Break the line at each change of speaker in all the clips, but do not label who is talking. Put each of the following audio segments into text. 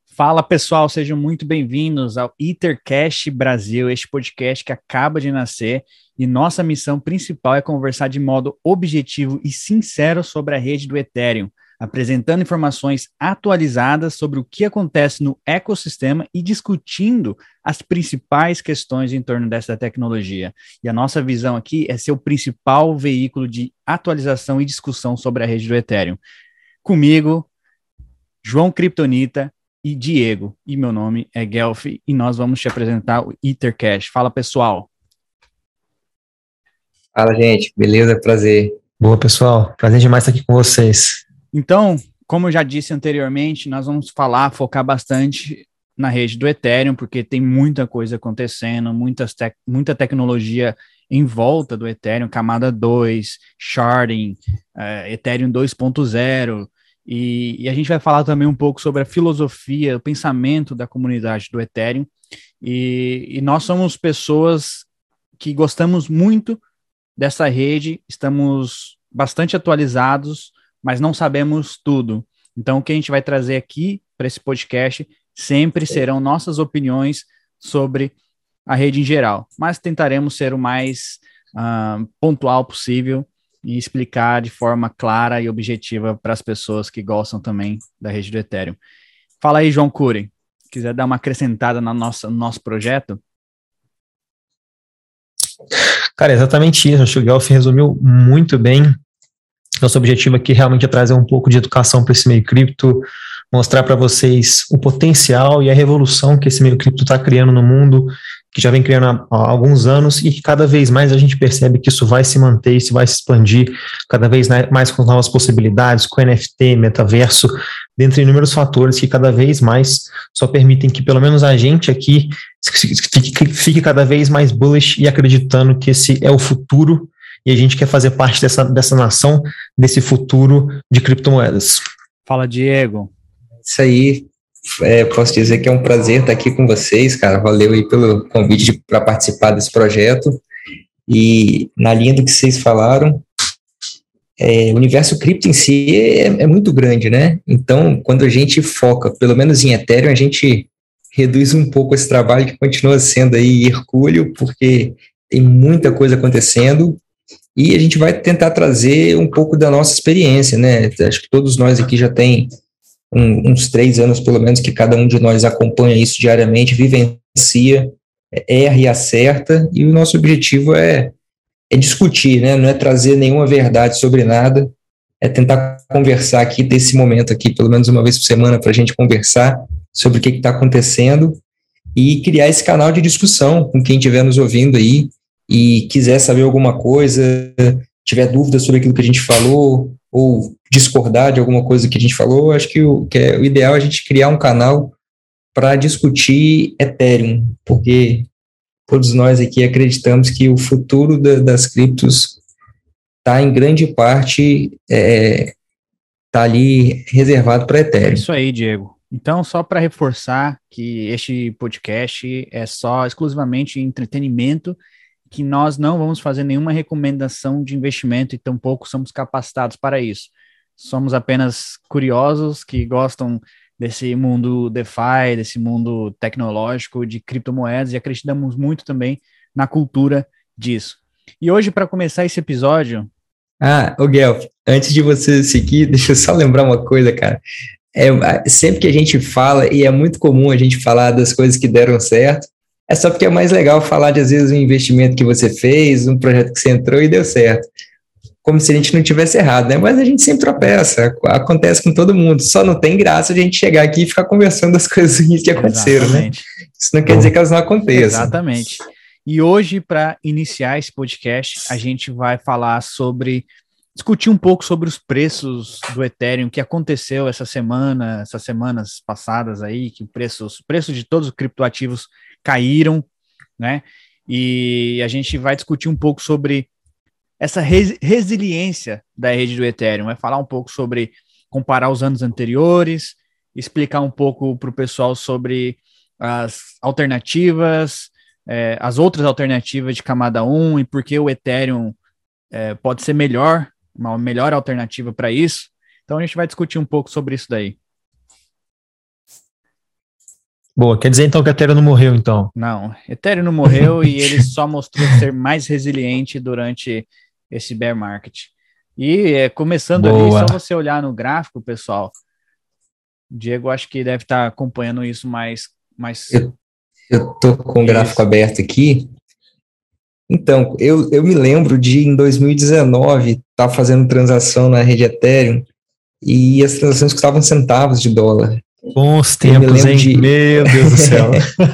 Fala pessoal, sejam muito bem-vindos ao Ethercast Brasil, este podcast que acaba de nascer e nossa missão principal é conversar de modo objetivo e sincero sobre a rede do Ethereum, apresentando informações atualizadas sobre o que acontece no ecossistema e discutindo as principais questões em torno dessa tecnologia. E a nossa visão aqui é ser o principal veículo de atualização e discussão sobre a rede do Ethereum. Comigo, João Kryptonita e Diego. E meu nome é Guelph e nós vamos te apresentar o Ethercash. Fala, pessoal.
Fala, gente. Beleza? Prazer.
Boa, pessoal. Prazer demais estar aqui com vocês.
Então, como eu já disse anteriormente, nós vamos focar bastante na rede do Ethereum, porque tem muita coisa acontecendo, muita tecnologia em volta do Ethereum, camada 2, sharding, Ethereum 2.0, e a gente vai falar também um pouco sobre a filosofia, o pensamento da comunidade do Ethereum, e nós somos pessoas que gostamos muito dessa rede, estamos bastante atualizados, mas não sabemos tudo. Então, o que a gente vai trazer aqui para esse podcast sempre serão nossas opiniões sobre a rede em geral, mas tentaremos ser o mais pontual possível e explicar de forma clara e objetiva para as pessoas que gostam também da rede do Ethereum. Fala aí, João Cury, quiser dar uma acrescentada no nosso projeto?
Cara, exatamente isso. Acho que o Guelph resumiu muito bem. Nosso objetivo aqui realmente é trazer um pouco de educação para esse meio cripto, mostrar para vocês o potencial e a revolução que esse meio cripto está criando no mundo, que já vem criando há alguns anos e que cada vez mais a gente percebe que isso vai se manter, isso vai se expandir cada vez mais com novas possibilidades, com NFT, metaverso, dentre inúmeros fatores que cada vez mais só permitem que pelo menos a gente aqui fique cada vez mais bullish e acreditando que esse é o futuro e a gente quer fazer parte dessa nação, desse futuro de criptomoedas.
Fala, Diego.
Isso aí, posso dizer que é um prazer estar aqui com vocês, cara. Valeu aí pelo convite para participar desse projeto. E na linha do que vocês falaram, o universo cripto em si é muito grande, né? Então, quando a gente foca, pelo menos em Ethereum, a gente reduz um pouco esse trabalho que continua sendo aí hercúleo, porque tem muita coisa acontecendo. E a gente vai tentar trazer um pouco da nossa experiência, né? Acho que todos nós aqui já tem uns 3 anos, pelo menos, que cada um de nós acompanha isso diariamente, vivencia, erra e acerta, e o nosso objetivo é discutir, né? Não é trazer nenhuma verdade sobre nada, é tentar conversar aqui, ter esse momento aqui, pelo menos uma vez por semana, para a gente conversar sobre o que está acontecendo e criar esse canal de discussão com quem estiver nos ouvindo aí, e quiser saber alguma coisa, tiver dúvida sobre aquilo que a gente falou, ou discordar de alguma coisa que a gente falou, acho que o ideal é a gente criar um canal para discutir Ethereum, porque todos nós aqui acreditamos que o futuro das criptos está em grande parte tá ali reservado para Ethereum.
Isso aí, Diego. Então, só para reforçar que este podcast é só exclusivamente entretenimento, que nós não vamos fazer nenhuma recomendação de investimento e tampouco somos capacitados para isso. Somos apenas curiosos que gostam desse mundo DeFi, desse mundo tecnológico de criptomoedas e acreditamos muito também na cultura disso. E hoje, para começar esse episódio...
ô Guelph, antes de você seguir, deixa eu só lembrar uma coisa, cara. Sempre que a gente fala, e é muito comum a gente falar das coisas que deram certo, é só porque é mais legal falar de, às vezes, um investimento que você fez, um projeto que você entrou e deu certo. Como se a gente não tivesse errado, né? Mas a gente sempre tropeça, acontece com todo mundo. Só não tem graça a gente chegar aqui e ficar conversando das coisas que aconteceram,
Exatamente.
Né? Isso não quer dizer que elas não aconteçam.
Exatamente. E hoje, para iniciar esse podcast, a gente vai falar discutir um pouco sobre os preços do Ethereum, que aconteceu essas semanas passadas aí, que os preços de todos os criptoativos caíram, né? E a gente vai discutir um pouco sobre essa resiliência da rede do Ethereum, vai falar um pouco sobre comparar os anos anteriores, explicar um pouco para o pessoal sobre as alternativas, as outras alternativas de camada 1 e por que o Ethereum pode ser uma melhor alternativa para isso. Então a gente vai discutir um pouco sobre isso daí.
Boa, quer dizer então que a Ethereum não morreu, então?
Não, Ethereum não morreu e ele só mostrou ser mais resiliente durante esse bear market. E começando ali, só você olhar no gráfico, pessoal, o Diego acho que deve estar acompanhando isso mais...
Eu tô com o gráfico aberto aqui. Então, eu me lembro de, em 2019, estar fazendo transação na rede Ethereum e as transações custavam centavos de dólar.
Bons tempos, hein? Meu Deus do céu.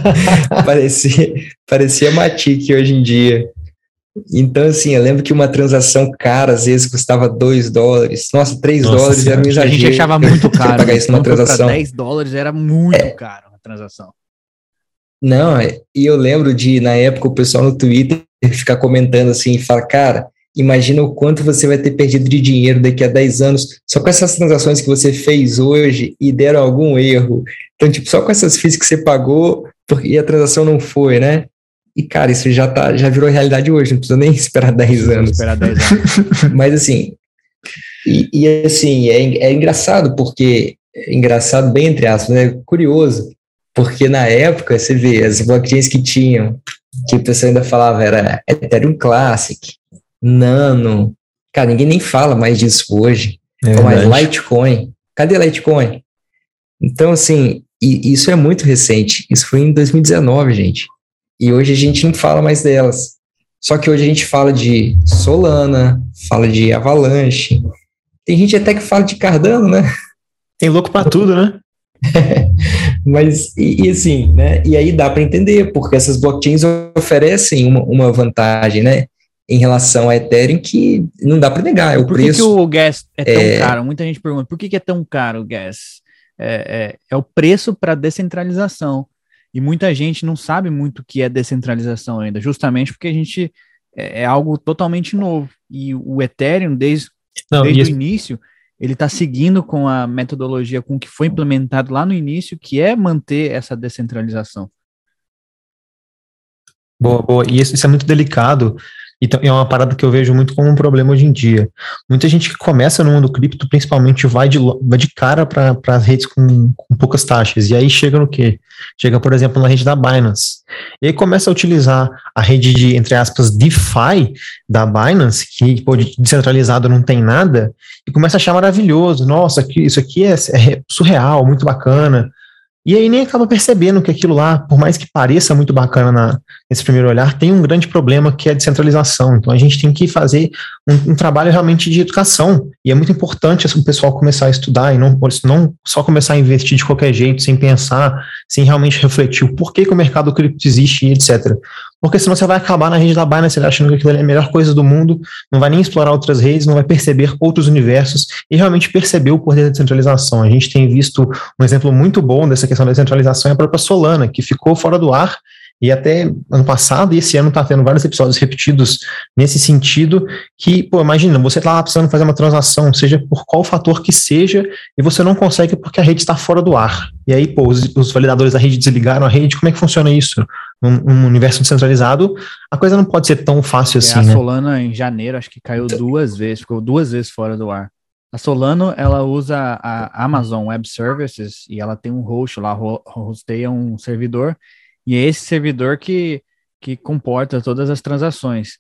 parecia Matic hoje em dia. Então, assim, eu lembro que uma transação cara, às vezes, custava $2. Nossa, $3 era um exagero.
A gente achava muito caro.
Pagar isso numa transação.
$10 era muito caro uma transação.
Não, e eu lembro de, na época, o pessoal no Twitter ficar comentando assim, e falar, cara, imagina o quanto você vai ter perdido de dinheiro daqui a 10 anos só com essas transações que você fez hoje e deram algum erro. Então, tipo, só com essas fees que você pagou e a transação não foi, né? E, cara, isso já virou realidade hoje, não precisa nem esperar 10 anos. Mas, assim, assim, é engraçado, porque, engraçado bem entre aspas, né? Curioso, porque na época, você vê, as blockchains que tinham, que o pessoal ainda falava, era Ethereum Classic, Nano, cara, ninguém nem fala mais disso hoje. Mas Litecoin, cadê Litecoin? Então, assim, isso é muito recente, isso foi em 2019, gente, e hoje a gente não fala mais delas, só que hoje a gente fala de Solana, fala de Avalanche, tem gente até que fala de Cardano, né?
Tem louco pra tudo, né?
Mas, assim, né? E aí dá para entender, porque essas blockchains oferecem uma vantagem, né? Em relação a Ethereum que não dá para negar, é o preço.
Por que o gas é tão caro? Muita gente pergunta, por que é tão caro o gas? É o preço para descentralização. E muita gente não sabe muito o que é descentralização ainda, justamente porque a gente é algo totalmente novo. E o Ethereum, desde o início, ele está seguindo com a metodologia com que foi implementado lá no início, que é manter essa descentralização.
Boa. E isso é muito delicado. Então, é uma parada que eu vejo muito como um problema hoje em dia. Muita gente que começa no mundo cripto, principalmente, vai de cara para as redes com poucas taxas. E aí chega no quê? Chega, por exemplo, na rede da Binance. E aí começa a utilizar a rede de, entre aspas, DeFi da Binance, que pô, descentralizado não tem nada, e começa a achar maravilhoso. Nossa, isso aqui é surreal, muito bacana. E aí nem acaba percebendo que aquilo lá, por mais que pareça muito bacana nesse primeiro olhar, tem um grande problema que é a descentralização. Então a gente tem que fazer um trabalho realmente de educação. E é muito importante o pessoal começar a estudar e não só começar a investir de qualquer jeito, sem pensar, sem realmente refletir o porquê que o mercado cripto existe e etc. Porque senão você vai acabar na rede da Binance achando que aquilo é a melhor coisa do mundo, não vai nem explorar outras redes, não vai perceber outros universos e realmente perceber o poder da descentralização. A gente tem visto um exemplo muito bom dessa questão da descentralização é a própria Solana, que ficou fora do ar e até ano passado e esse ano está tendo vários episódios repetidos nesse sentido que, pô, imagina, você está lá precisando fazer uma transação, seja por qual fator que seja, e você não consegue porque a rede está fora do ar. E aí, pô, os validadores da rede desligaram a rede, como é que funciona isso? Num universo descentralizado, a coisa não pode ser tão fácil assim,
a Solana, em janeiro, acho que caiu 2 vezes, ficou 2 vezes fora do ar. A Solana, ela usa a Amazon Web Services e ela tem um host lá, hosteia um servidor, e é esse servidor que comporta todas as transações.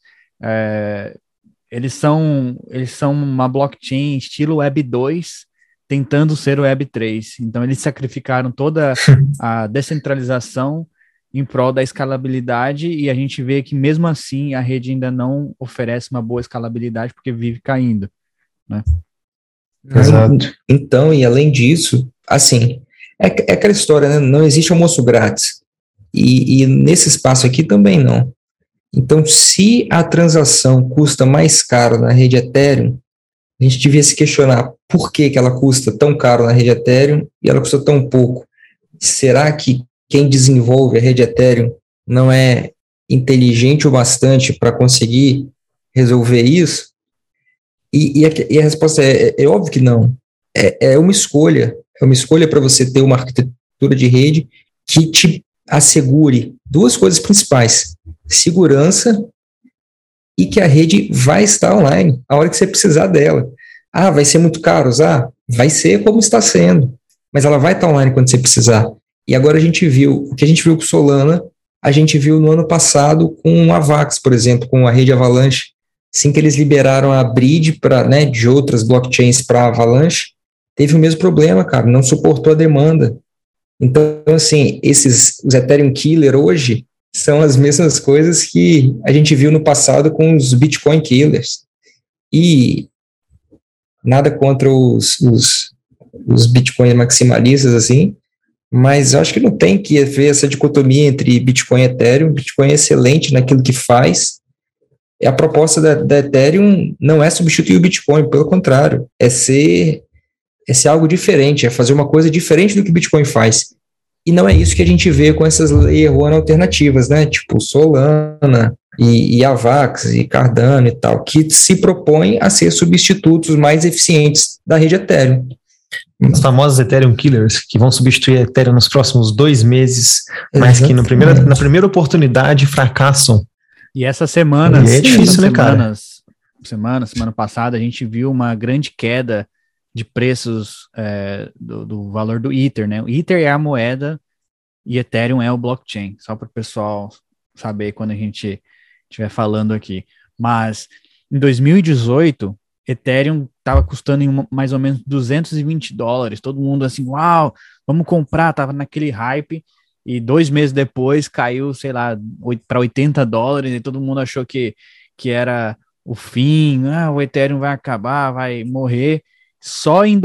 Eles são uma blockchain estilo Web 2, tentando ser o Web 3. Então, eles sacrificaram toda a descentralização em prol da escalabilidade, e a gente vê que, mesmo assim, a rede ainda não oferece uma boa escalabilidade, porque vive caindo, né?
Exato. Então, e além disso, assim, é aquela história, né? Não existe almoço grátis. E nesse espaço aqui também não. Então, se a transação custa mais caro na rede Ethereum, a gente devia se questionar por que ela custa tão caro na rede Ethereum e ela custa tão pouco. Será que quem desenvolve a rede Ethereum não é inteligente o bastante para conseguir resolver isso? E a resposta é óbvio que não. É uma escolha. É uma escolha para você ter uma arquitetura de rede que te assegure 2 coisas principais: segurança e que a rede vai estar online a hora que você precisar dela. Vai ser muito caro usar? Vai ser como está sendo, mas ela vai estar online quando você precisar. E agora o que a gente viu com Solana, a gente viu no ano passado com a Avax, por exemplo, com a rede Avalanche. Assim que eles liberaram a bridge né, de outras blockchains para Avalanche, teve o mesmo problema, cara, não suportou a demanda. Então, assim, os Ethereum Killer hoje são as mesmas coisas que a gente viu no passado com os Bitcoin Killers. E nada contra os Bitcoin maximalistas, assim, mas eu acho que não tem que ver essa dicotomia entre Bitcoin e Ethereum. Bitcoin é excelente naquilo que faz. E a proposta da Ethereum não é substituir o Bitcoin, pelo contrário, é ser algo diferente, é fazer uma coisa diferente do que o Bitcoin faz. E não é isso que a gente vê com essas Layer 1 alternativas, né? Tipo Solana e Avax e Cardano e tal, que se propõem a ser substitutos mais eficientes da rede Ethereum.
Os famosos Ethereum Killers, que vão substituir a Ethereum nos próximos 2 meses, mas que na primeira oportunidade fracassam.
E essa semana,
é difícil, né, cara?
Semana passada, a gente viu uma grande queda de preços do valor do Ether, né? O Ether é a moeda e Ethereum é o blockchain, só para o pessoal saber quando a gente estiver falando aqui. Mas em 2018, Ethereum estava custando mais ou menos $220. Todo mundo assim, uau, vamos comprar, tava naquele hype. E 2 meses depois caiu, sei lá, para $80 e todo mundo achou que era o fim, o Ethereum vai acabar, vai morrer. Só em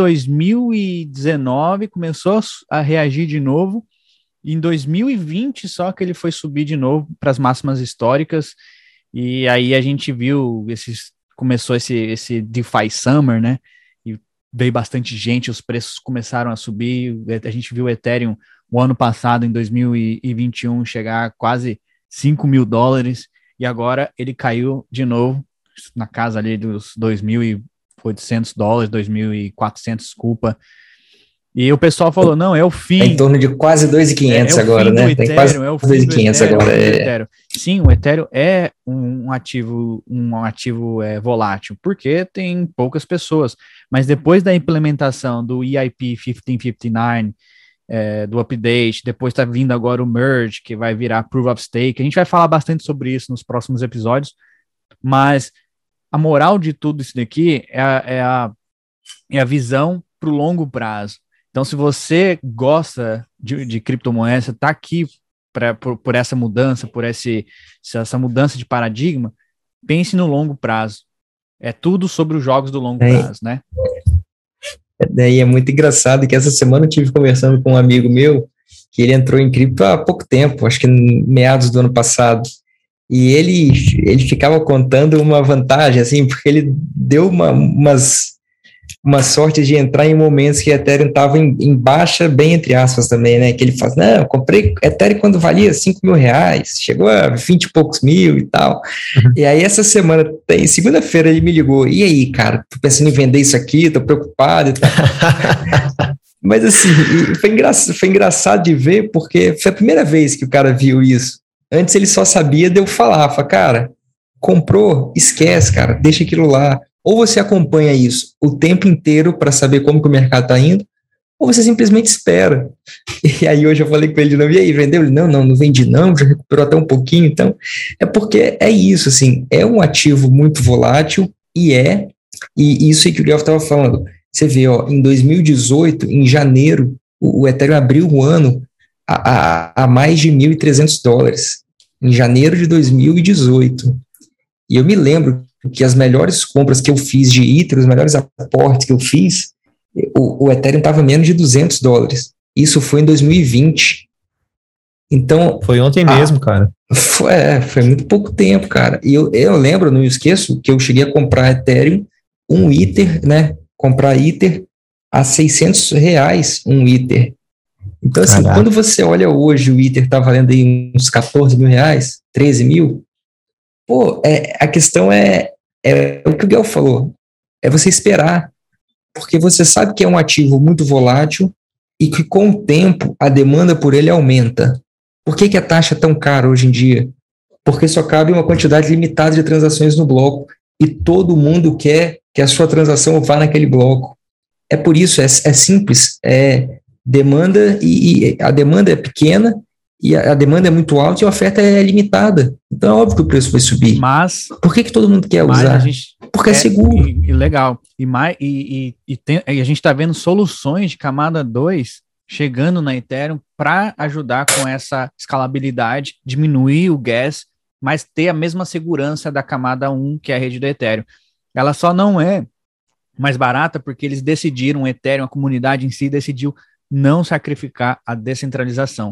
2019 começou a reagir de novo, e em 2020 só que ele foi subir de novo para as máximas históricas, e aí a gente viu, começou esse DeFi Summer, né, e veio bastante gente, os preços começaram a subir, a gente viu o Ethereum o ano passado, em 2021, chegar a quase $5.000, e agora ele caiu de novo, na casa ali dos $2.800, $2.400, desculpa. E o pessoal falou, não, é o fim.
É em torno de quase 2.500 agora, né?
Tem quase 2.500 agora. Sim, o Ethereum é um ativo volátil, porque tem poucas pessoas. Mas depois da implementação do EIP 1559, do update, depois está vindo agora o Merge, que vai virar Proof of Stake. A gente vai falar bastante sobre isso nos próximos episódios, mas a moral de tudo isso daqui é a visão para o longo prazo. Então, se você gosta de criptomoedas, você está aqui por essa mudança, essa mudança de paradigma, pense no longo prazo. É tudo sobre os jogos do longo prazo, né?
Daí é muito engraçado que essa semana eu estive conversando com um amigo meu, que ele entrou em cripto há pouco tempo, acho que meados do ano passado. E ele ficava contando uma vantagem, assim, porque ele deu umas sorte de entrar em momentos que a Ethereum estava em baixa, bem entre aspas também, né? Que ele fala, não, eu comprei Ethereum quando valia R$5.000, chegou a 20 e poucos mil e tal. Uhum. E aí essa semana, segunda-feira, ele me ligou, e aí, cara, tô pensando em vender isso aqui, tô preocupado e tal. Mas assim, foi engraçado de ver, porque foi a primeira vez que o cara viu isso. Antes ele só sabia de eu falar, cara, comprou, esquece, cara, deixa aquilo lá. Ou você acompanha isso o tempo inteiro para saber como que o mercado está indo, ou você simplesmente espera. E aí hoje eu falei com ele de novo, e aí, vendeu? Ele, não vendi não, já recuperou até um pouquinho. Então, é porque é isso, assim, é um ativo muito volátil, e isso aí que o Guilherme estava falando. Você vê, em 2018, em janeiro, o Ethereum abriu o ano a mais de $1.300, em janeiro de 2018. E eu me lembro que as melhores compras que eu fiz de Ether, os melhores aportes que eu fiz, o Ethereum estava menos de $200. Isso foi em 2020. Então...
Foi ontem mesmo, cara.
Foi muito pouco tempo, cara. E eu lembro, não esqueço, que eu cheguei a comprar Ethereum, um Ether, né? Comprar Ether a R$600, um Ether. Então, assim, caraca, quando você olha hoje, o Ether está valendo aí uns R$14.000, 13 mil, pô, a questão é o que o Guel falou, é você esperar, porque você sabe que é um ativo muito volátil e que com o tempo a demanda por ele aumenta. Por que a taxa é tão cara hoje em dia? Porque só cabe uma quantidade limitada de transações no bloco e todo mundo quer que a sua transação vá naquele bloco. É por isso, é simples, demanda e a demanda é pequena e a demanda é muito alta e a oferta é limitada. Então é óbvio que o preço vai subir.
Mas
por que todo mundo quer usar? Porque é seguro.
Legal. E a gente está vendo soluções de camada 2 chegando na Ethereum para ajudar com essa escalabilidade, diminuir o gas, mas ter a mesma segurança da camada 1, que é a rede do Ethereum. Ela só não é mais barata porque eles decidiram, o Ethereum, a comunidade em si, decidiu não sacrificar a descentralização.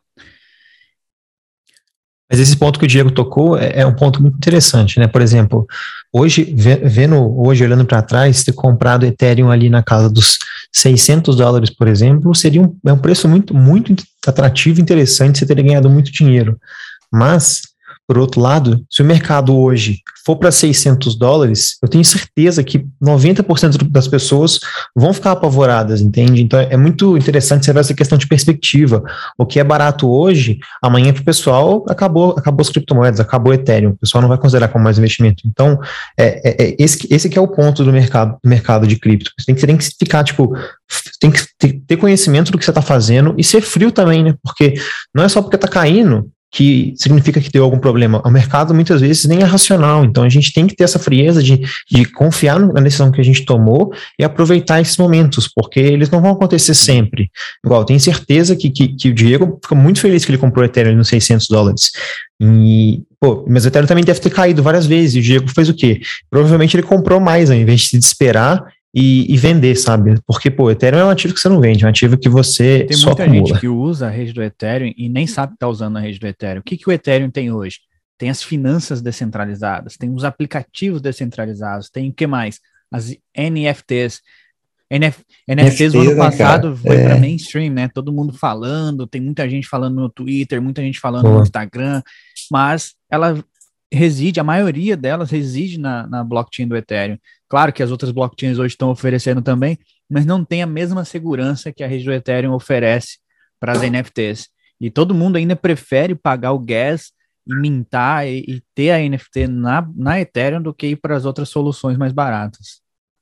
Mas esse ponto que o Diego tocou é um ponto muito interessante, né? Por exemplo, hoje, olhando para trás, ter comprado Ethereum ali na casa dos $600, por exemplo, seria um preço muito, muito atrativo e interessante, você teria ganhado muito dinheiro. Mas, por outro lado, se o mercado hoje for para $600, eu tenho certeza que 90% das pessoas vão ficar apavoradas, entende? Então é muito interessante você ver essa questão de perspectiva. O que é barato hoje, amanhã para o pessoal acabou as criptomoedas, acabou o Ethereum, o pessoal não vai considerar como mais investimento. Então, esse que é o ponto do mercado de cripto. Você tem que ficar, tem que ter conhecimento do que você está fazendo e ser frio também, né? Porque não é só porque está caindo que significa que deu algum problema. O mercado muitas vezes nem é racional, então a gente tem que ter essa frieza de confiar na decisão que a gente tomou e aproveitar esses momentos, porque eles não vão acontecer sempre. Igual, tenho certeza que o Diego ficou muito feliz que ele comprou o Ethereum nos $600. Mas o Ethereum também deve ter caído várias vezes, e o Diego fez o quê? Provavelmente ele comprou mais, ao invés de esperar e vender, sabe? Porque, Ethereum é um ativo que você não vende, é um ativo que você só acumula. Tem muita gente
que usa a rede do Ethereum e nem sabe que está usando a rede do Ethereum. O que o Ethereum tem hoje? Tem as finanças descentralizadas, tem os aplicativos descentralizados, tem o que mais? As NFTs. NFTs no ano passado foi para mainstream, né? Todo mundo falando, tem muita gente falando no Twitter, muita gente falando no Instagram, mas ela a maioria delas reside na blockchain do Ethereum. Claro que as outras blockchains hoje estão oferecendo também, mas não tem a mesma segurança que a rede do Ethereum oferece para as NFTs. E todo mundo ainda prefere pagar o gas e mintar e ter a NFT na Ethereum do que ir para as outras soluções mais baratas.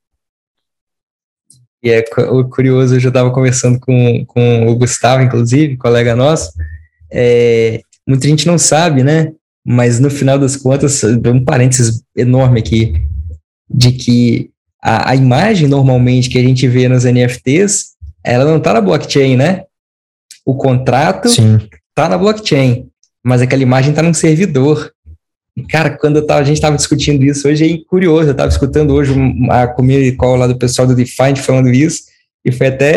E é curioso, eu já estava conversando com o Gustavo, inclusive, colega nosso, muita gente não sabe, né? Mas no final das contas, um parênteses enorme aqui, de que a imagem normalmente que a gente vê nos NFTs, ela não está na blockchain, né? O contrato está na blockchain, mas aquela imagem está num servidor. E, cara, quando a gente estava discutindo isso hoje, é curioso, eu estava escutando hoje a community call lá do pessoal do DeFi falando isso, e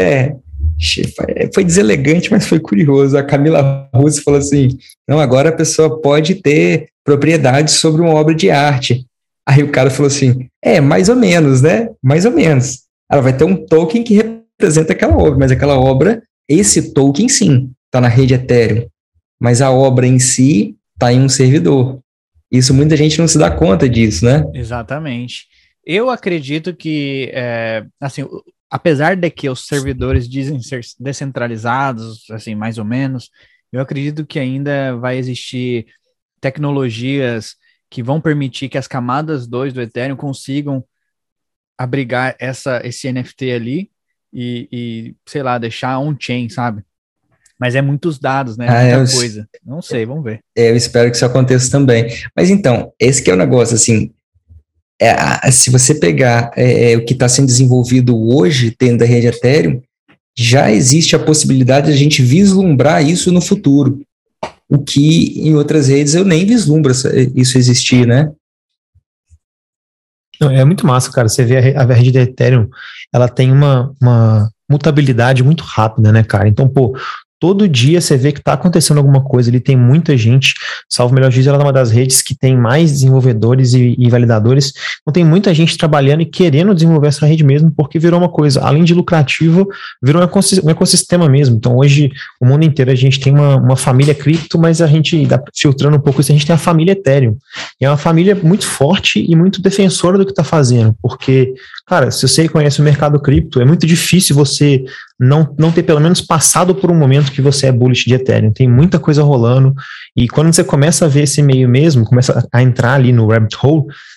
foi deselegante, mas foi curioso. A Camila Russo falou assim, não, agora a pessoa pode ter propriedade sobre uma obra de arte. Aí o cara falou assim, mais ou menos, né? Mais ou menos. Ela vai ter um token que representa aquela obra, mas aquela obra, esse token sim, está na rede Ethereum, mas a obra em si está em um servidor. Isso muita gente não se dá conta disso, né?
Exatamente. Eu acredito que, assim, apesar de que os servidores dizem ser descentralizados, assim, mais ou menos, eu acredito que ainda vai existir tecnologias que vão permitir que as camadas 2 do Ethereum consigam abrigar esse NFT ali e, sei lá, deixar on-chain, sabe? Mas é muitos dados, né? Muita coisa. Não sei, vamos ver.
Eu espero que isso aconteça também. Mas então, esse que é o negócio, assim, se você pegar o que está sendo desenvolvido hoje dentro da rede Ethereum, já existe a possibilidade de a gente vislumbrar isso no futuro. O que em outras redes eu nem vislumbro isso existir, né?
É muito massa, cara. Você vê a rede da Ethereum, ela tem uma mutabilidade muito rápida, né, cara? Então, todo dia você vê que está acontecendo alguma coisa, ele tem muita gente, salvo melhor juízo, ela é uma das redes que tem mais desenvolvedores e validadores, então tem muita gente trabalhando e querendo desenvolver essa rede mesmo, porque virou uma coisa, além de lucrativo, virou um ecossistema mesmo. Então hoje, o mundo inteiro, a gente tem uma família cripto, mas a gente, filtrando um pouco isso, a gente tem a família Ethereum, e é uma família muito forte e muito defensora do que está fazendo, porque, cara, se você conhece o mercado cripto, é muito difícil você não ter pelo menos passado por um momento que você é bullish de Ethereum. Tem muita coisa rolando, e quando você começa a ver esse meio mesmo, começa a entrar ali no rabbit hole,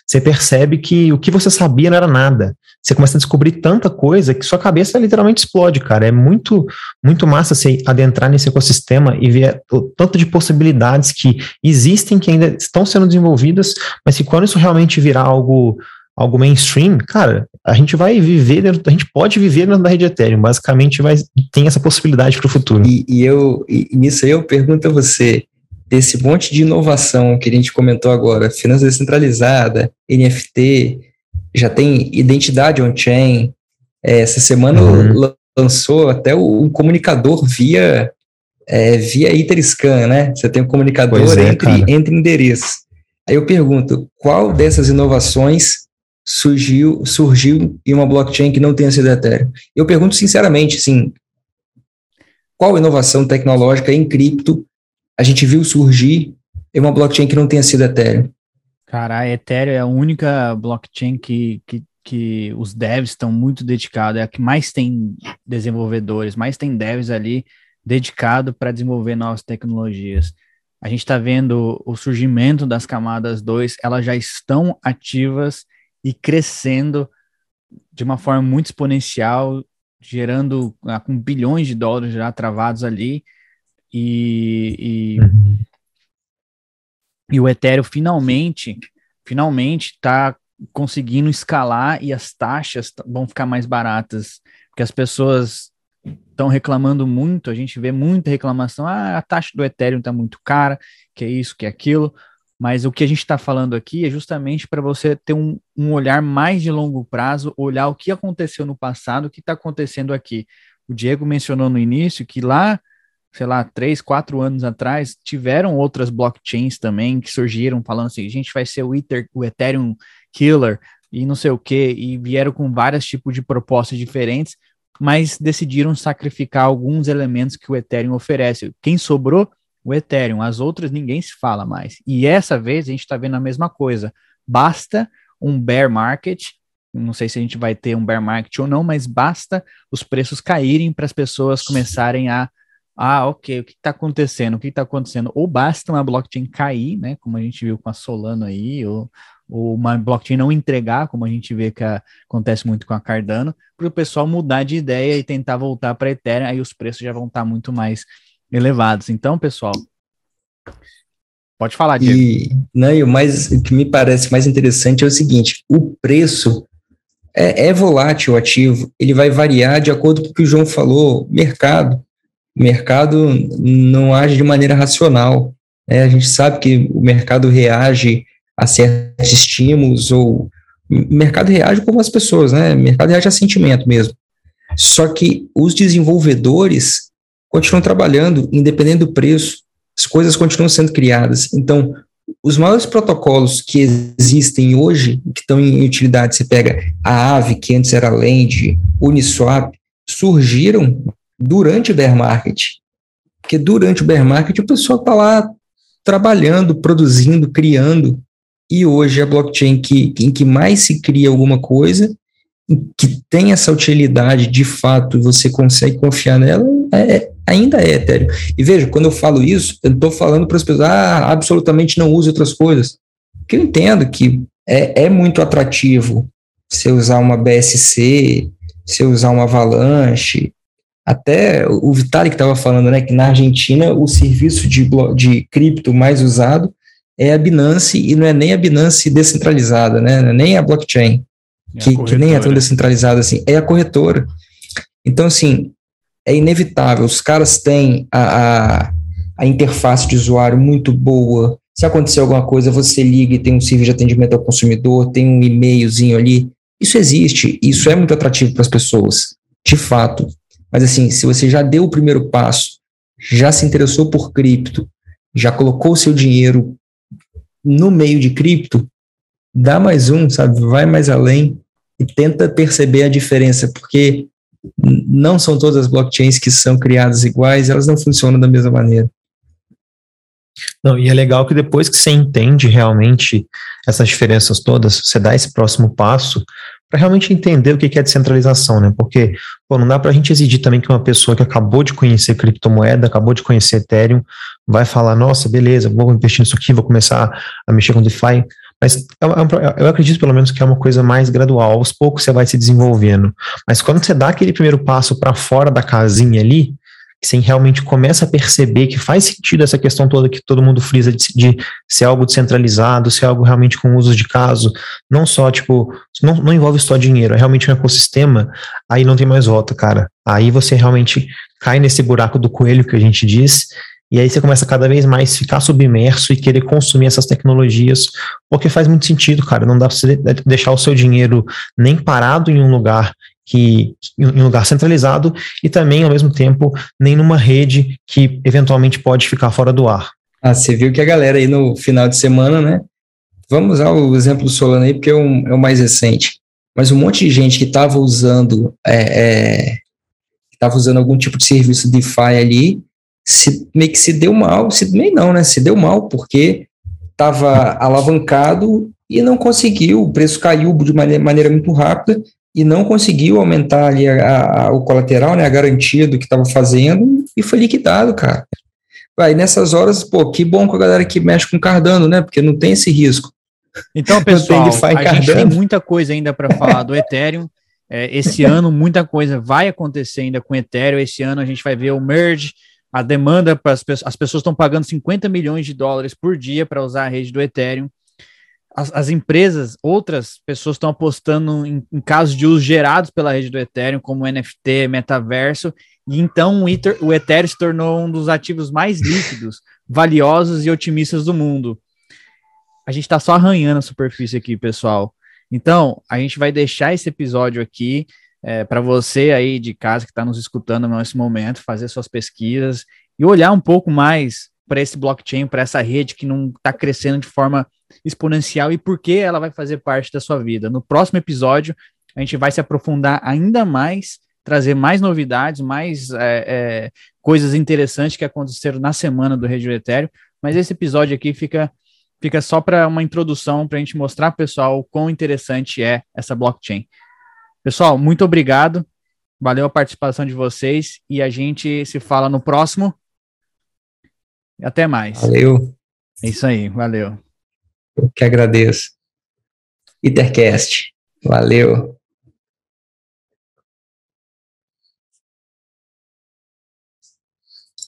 você percebe que o que você sabia não era nada. Você começa a descobrir tanta coisa que sua cabeça literalmente explode, cara. É muito, muito massa você adentrar nesse ecossistema e ver o tanto de possibilidades que existem, que ainda estão sendo desenvolvidas, mas que quando isso realmente virar algo mainstream, cara, a gente pode viver dentro da rede Ethereum, basicamente tem essa possibilidade para o futuro.
E nisso aí eu pergunto a você, desse monte de inovação que a gente comentou agora, finança descentralizada, NFT, já tem identidade on-chain, essa semana lançou até o comunicador via Etherscan, né? Você tem um comunicador entre endereços. Aí eu pergunto, qual dessas inovações surgiu em uma blockchain que não tenha sido Ethereum? Eu pergunto sinceramente, assim, qual inovação tecnológica em cripto a gente viu surgir em uma blockchain que não tenha sido Ethereum?
Cara, a Ethereum é a única blockchain que os devs estão muito dedicados, é a que mais tem desenvolvedores, mais tem devs ali dedicado para desenvolver novas tecnologias. A gente está vendo o surgimento das camadas 2, elas já estão ativas e crescendo de uma forma muito exponencial, gerando com bilhões de dólares já travados ali, e o Ethereum finalmente está conseguindo escalar e as taxas vão ficar mais baratas, porque as pessoas estão reclamando muito, a gente vê muita reclamação, a taxa do Ethereum está muito cara, que é isso, que é aquilo, mas o que a gente está falando aqui é justamente para você ter um olhar mais de longo prazo, olhar o que aconteceu no passado, o que está acontecendo aqui. O Diego mencionou no início que lá, sei lá, 3, 4 anos atrás, tiveram outras blockchains também que surgiram falando assim, a gente vai ser o Ethereum Killer e não sei o que, e vieram com vários tipos de propostas diferentes, mas decidiram sacrificar alguns elementos que o Ethereum oferece. Quem sobrou? O Ethereum. As outras ninguém se fala mais. E essa vez a gente está vendo a mesma coisa. Basta um bear market, não sei se a gente vai ter um bear market ou não, mas basta os preços caírem para as pessoas começarem ok, o que está acontecendo? O que está acontecendo? Ou basta uma blockchain cair, né, como a gente viu com a Solana aí, ou uma blockchain não entregar, como a gente vê que acontece muito com a Cardano, para o pessoal mudar de ideia e tentar voltar para a Ethereum, aí os preços já vão estar muito mais elevados. Então, pessoal, pode falar, Diego.
O que me parece mais interessante é o seguinte, o preço é volátil o ativo, ele vai variar de acordo com o que o João falou, o mercado não age de maneira racional, né? A gente sabe que o mercado reage a certos estímulos, ou o mercado reage como as pessoas, né? O mercado reage a sentimento mesmo. Só que os desenvolvedores continuam trabalhando, independente do preço, as coisas continuam sendo criadas. Então, os maiores protocolos que existem hoje, que estão em utilidade, você pega a Aave, que antes era Lend, Uniswap, surgiram durante o bear market, porque durante o bear market o pessoal está lá trabalhando, produzindo, criando, e hoje a blockchain em que mais se cria alguma coisa, que tem essa utilidade de fato, você consegue confiar nela, ainda é Ethereum. E veja, quando eu falo isso, eu não estou falando para as pessoas, absolutamente não use outras coisas, porque eu entendo que é muito atrativo você usar uma BSC, você usar uma Avalanche. Até o Vitalik estava falando, né, que na Argentina o serviço de cripto mais usado é a Binance, e não é nem a Binance descentralizada, né, não é nem a blockchain, que nem é tão descentralizada assim, é a corretora. Então, assim, é inevitável, os caras têm a interface de usuário muito boa, se acontecer alguma coisa, você liga e tem um serviço de atendimento ao consumidor, tem um e-mailzinho ali, isso existe, isso é muito atrativo para as pessoas, de fato. Mas assim, se você já deu o primeiro passo, já se interessou por cripto, já colocou o seu dinheiro no meio de cripto, dá mais sabe? Vai mais além e tenta perceber a diferença, porque não são todas as blockchains que são criadas iguais, elas não funcionam da mesma maneira.
Não, e é legal que depois que você entende realmente essas diferenças todas, você dá esse próximo passo para realmente entender o que é descentralização, né? Porque não dá para a gente exigir também que uma pessoa que acabou de conhecer criptomoeda, acabou de conhecer Ethereum, vai falar, nossa, beleza, vou investir nisso aqui, vou começar a mexer com DeFi, Mas eu acredito pelo menos que é uma coisa mais gradual, aos poucos você vai se desenvolvendo. Mas quando você dá aquele primeiro passo para fora da casinha ali, que você realmente começa a perceber que faz sentido essa questão toda que todo mundo frisa de ser algo descentralizado, ser algo realmente com usos de caso, não só, tipo, não envolve só dinheiro, é realmente um ecossistema, aí não tem mais volta, cara. Aí você realmente cai nesse buraco do coelho que a gente diz, e aí você começa cada vez mais a ficar submerso e querer consumir essas tecnologias, porque faz muito sentido, cara. Não dá para você deixar o seu dinheiro nem parado em um lugar em um lugar centralizado e também, ao mesmo tempo, nem numa rede que eventualmente pode ficar fora do ar.
Você viu que a galera aí no final de semana, né? Vamos usar o exemplo do Solana aí, porque é o mais recente. Mas um monte de gente que estava usando algum tipo de serviço DeFi ali, meio que se deu mal, se deu mal, porque estava alavancado e não conseguiu, o preço caiu de maneira muito rápida e não conseguiu aumentar ali o colateral, né, a garantia do que estava fazendo e foi liquidado, cara. Aí nessas horas, pô, que bom com a galera que mexe com Cardano, né, porque não tem esse risco.
Então, pessoal, a gente tem muita coisa ainda para falar do Ethereum. Esse ano, muita coisa vai acontecer ainda com o Ethereum. Esse ano a gente vai ver o merge, a demanda para as pessoas estão pagando 50 milhões de dólares por dia para usar a rede do Ethereum. As empresas, outras pessoas estão apostando em casos de uso gerados pela rede do Ethereum, como NFT, metaverso, e então o Ethereum se tornou um dos ativos mais líquidos, valiosos e otimistas do mundo. A gente está só arranhando a superfície aqui, pessoal. Então, a gente vai deixar esse episódio aqui para você aí de casa que está nos escutando nesse momento, fazer suas pesquisas e olhar um pouco mais para esse blockchain, para essa rede que não está crescendo de forma exponencial e por que ela vai fazer parte da sua vida. No próximo episódio, a gente vai se aprofundar ainda mais, trazer mais novidades, mais coisas interessantes que aconteceram na semana do Rede do Ethereum, mas esse episódio aqui fica só para uma introdução, para a gente mostrar para o pessoal o quão interessante é essa blockchain. Pessoal, muito obrigado, valeu a participação de vocês e a gente se fala no próximo. Até mais.
Valeu.
É isso aí, valeu.
Eu que agradeço. Ethercast. Valeu.